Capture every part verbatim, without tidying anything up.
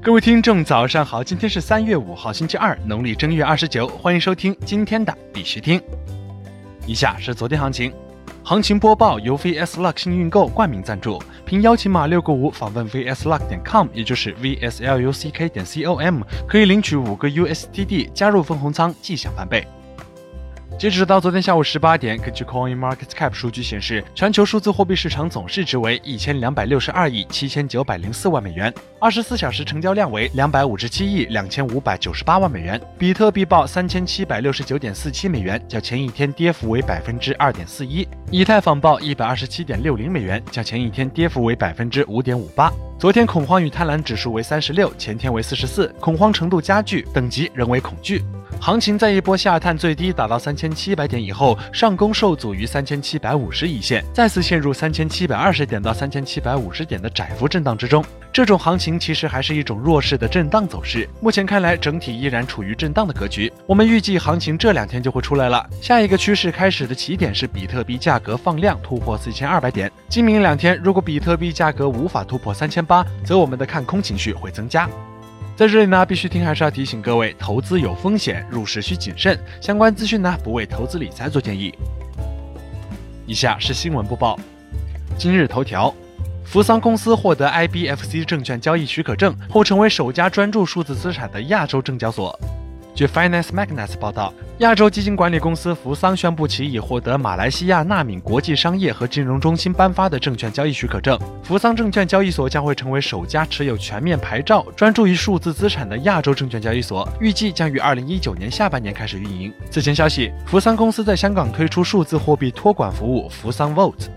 各位听众早上好，今天是三月五号星期二，农历正月二十九，欢迎收听今天的必须听。以下是昨天行情，行情播报由 V S Luck 新运购冠名赞助，凭邀请码六个五访问 V S Luck 点 com， 也就是 V S L U C K 点 C O M， 可以领取五个 U S D T， 加入分红仓，即享翻倍。截止到昨天下午十八点，根据 CoinMarketCap 数据显示，全球数字货币市场总市值为一千两百六十二亿七千九百零四万美元，二十四小时成交量为两百五十七亿两千五百九十八万美元。比特币报三千七百六十九点四七美元，较前一天跌幅为百分之二点四一。以太坊报一百二十七点六零美元，较前一天跌幅为百分之五点五八。昨天恐慌与贪婪指数为三十六，前天为四十四，恐慌程度加剧，等级仍为恐惧。行情在一波下探最低达到三千七百点以后，上攻受阻于三千七百五十一线，再次陷入三千七百二十点到三千七百五十点的窄幅震荡之中。这种行情其实还是一种弱势的震荡走势，目前看来整体依然处于震荡的格局。我们预计行情这两天就会出来了，下一个趋势开始的起点是比特币价格放量突破四千二百点。今明两天如果比特币价格无法突破三千八，则我们的看空情绪会增加。在这里呢，必须听还是要提醒各位，投资有风险，入市需谨慎。相关资讯呢，不为投资理财做建议。以下是新闻播报。今日头条，扶桑公司获得 I B F C 证券交易许可证后，成为首家专注数字资产的亚洲证交所。据 Finance Magnets 报道，亚洲基金管理公司扶桑宣布其已获得马来西亚纳敏国际商业和金融中心颁发的证券交易许可证。扶桑证券交易所将会成为首家持有全面牌照、专注于数字资产的亚洲证券交易所，预计将于二零一九年下半年开始运营。此前消息，扶桑公司在香港推出数字货币托管服务扶桑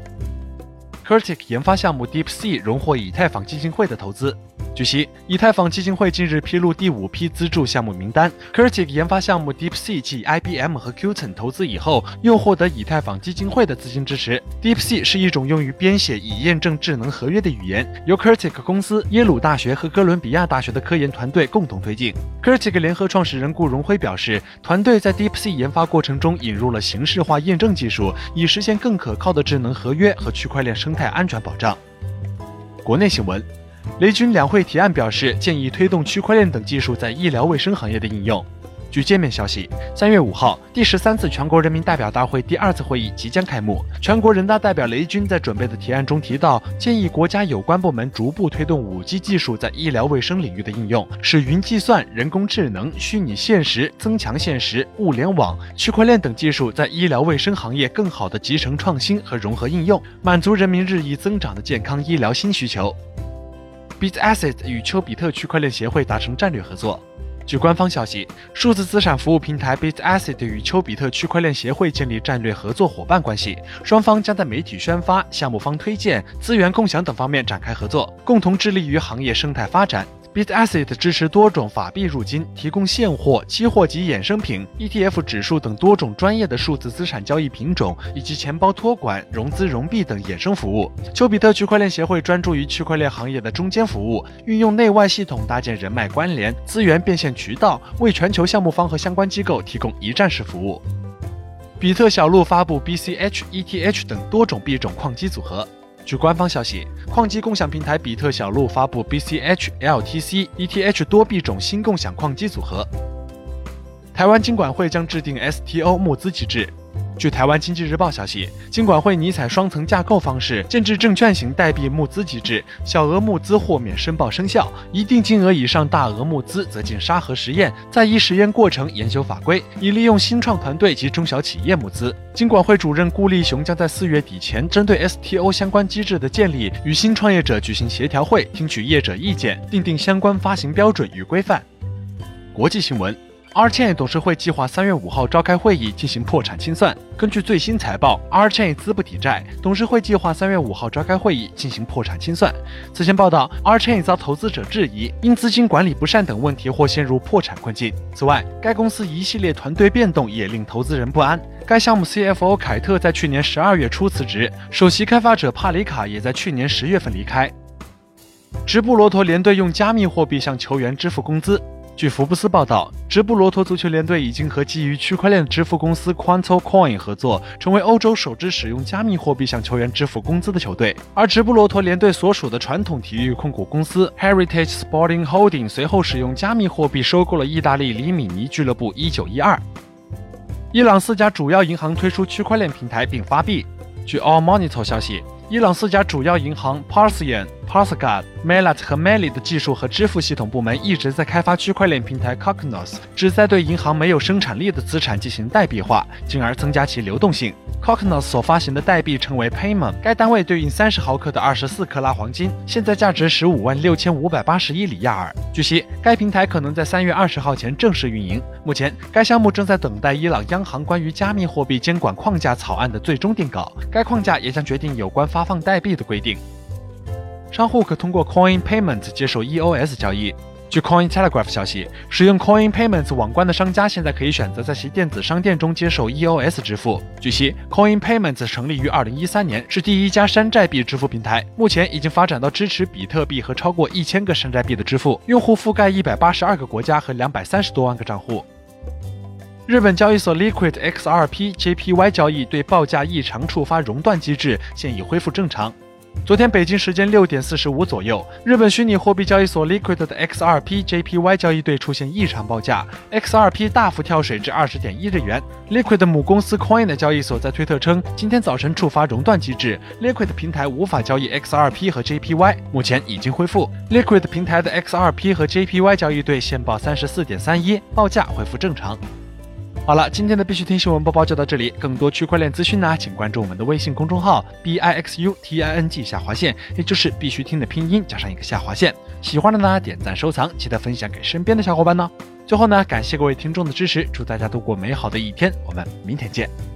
Vault。Curtic 研发项目 DeepSea 荣获以太坊基金会的投资。据悉，以太坊基金会近日披露第五批资助项目名单。Curtic 研发项目 DeepSea 继 I B M 和 Qton 投资以后，又获得以太坊基金会的资金支持。DeepSea 是一种用于编写已验证智能合约的语言，由 Curtic 公司、耶鲁大学和哥伦比亚大学的科研团队共同推进。Curtic 联合创始人顾荣辉表示，团队在 DeepSea 研发过程中引入了形式化验证技术，以实现更可靠的智能合约和区块链生态安全保障。国内新闻，雷军两会提案表示，建议推动区块链等技术在医疗卫生行业的应用。据界面消息，三月五号，第十三次全国人民代表大会第二次会议即将开幕。全国人大代表雷军在准备的提案中提到，建议国家有关部门逐步推动 五 G 技术在医疗卫生领域的应用，使云计算、人工智能、虚拟现实、增强现实、物联网、区块链等技术在医疗卫生行业更好的集成创新和融合应用，满足人民日益增长的健康医疗新需求。BitAsset 与丘比特区块链协会达成战略合作。据官方消息，数字资产服务平台 BitAsset 与丘比特区块链协会建立战略合作伙伴关系，双方将在媒体宣发、项目方推荐、资源共享等方面展开合作，共同致力于行业生态发展。BitAsset 支持多种法币入金，提供现货、期货及衍生品、E T F 指数等多种专业的数字资产交易品种，以及钱包托管、融资融币等衍生服务。丘比特区块链协会专注于区块链行业的中间服务，运用内外系统搭建人脉关联、资源变现渠道，为全球项目方和相关机构提供一站式服务。比特小路发布 B C H、E T H 等多种币种矿机组合。据官方消息，矿机共享平台比特小路发布 B C H、L T C、E T H 多币种新共享矿机组合。台湾金管会将制定 S T O 募资机制。据台湾经济日报消息，金管会拟采双层架构方式建制证券型代币募资机制，小额募资豁免申报生效，一定金额以上大额募资则进沙盒实验，再依实验过程研修法规，以利用新创团队及中小企业募资。金管会主任顾立雄将在四月底前针对 S T O 相关机制的建立，与新创业者举行协调会，听取业者意见，订定相关发行标准与规范。国际新闻，Archain 董事会计划三月五号召开会议进行破产清算。根据最新财报 ，Archain 资不抵债，董事会计划三月五号召开会议进行破产清算。此前报道 ，Archain 遭投资者质疑，因资金管理不善等问题或陷入破产困境。此外，该公司一系列团队变动也令投资人不安。该项目 C F O 凯特在去年十二月初辞职，首席开发者帕里卡也在去年十月份离开。直布罗陀联队用加密货币向球员支付工资。 据福布斯报道，直布罗陀足球联队已经和基于区块链支付公司 Quanto Coin 合作，成为欧洲首支使用加密货币向球员支付工资的球队。而直布罗陀联队所属的传统体育控股公司 Heritage Sporting Holding 随后使用加密货币收购了意大利里米尼俱乐部一九一二。伊朗四家主要银行推出区块链平台并发币。据 All Monitor 消息，伊朗四家主要银行 Parsian、Parsgad、Melat 和 Meli 的技术和支付系统部门一直在开发区块链平台 Koknos， 旨在对银行没有生产力的资产进行代币化，进而增加其流动性。Koknos 所发行的代币称为 Payment， 该单位对应三十毫克的二十四克拉黄金，现在价值十五万六千五百八十一里亚尔。据悉，该平台可能在三月二十号前正式运营。目前，该项目正在等待伊朗央行关于加密货币监管框架草案的最终定稿，该框架也将决定有关发放代币的规定。商户可通过 Coin Payments 接受 E O S 交易。据 Cointelegraph 消息，使用 Coin Payments 网关的商家现在可以选择在其电子商店中接受 E O S 支付。据悉 ，Coin Payments 成立于二零一三年，是第一家山寨币支付平台，目前已经发展到支持比特币和超过一千个山寨币的支付，用户覆盖一百八十二个国家和两百三十多万个账户。日本交易所 Liquid X R P J P Y 交易对报价异常触发熔断机制现已恢复正常。昨天北京时间六点四十五左右，日本虚拟货币交易所 Liquid 的 X R P J P Y 交易对出现异常报价 ，X R P 大幅跳水至二十点一日元。Liquid 的母公司 Coin 的交易所在推特称，今天早晨触发熔断机制 ，Liquid 平台无法交易 X R P 和 J P Y， 目前已经恢复。Liquid 平台的 X R P 和 J P Y 交易对现报三十四点三一，报价恢复正常。好了，今天的必须听新闻播报就到这里。更多区块链资讯呢，请关注我们的微信公众号 B I X U T I N G 下划线，也就是必须听的拼音加上一个下划线。喜欢的呢，点赞收藏，记得分享给身边的小伙伴呢。最后呢，感谢各位听众的支持，祝大家度过美好的一天，我们明天见。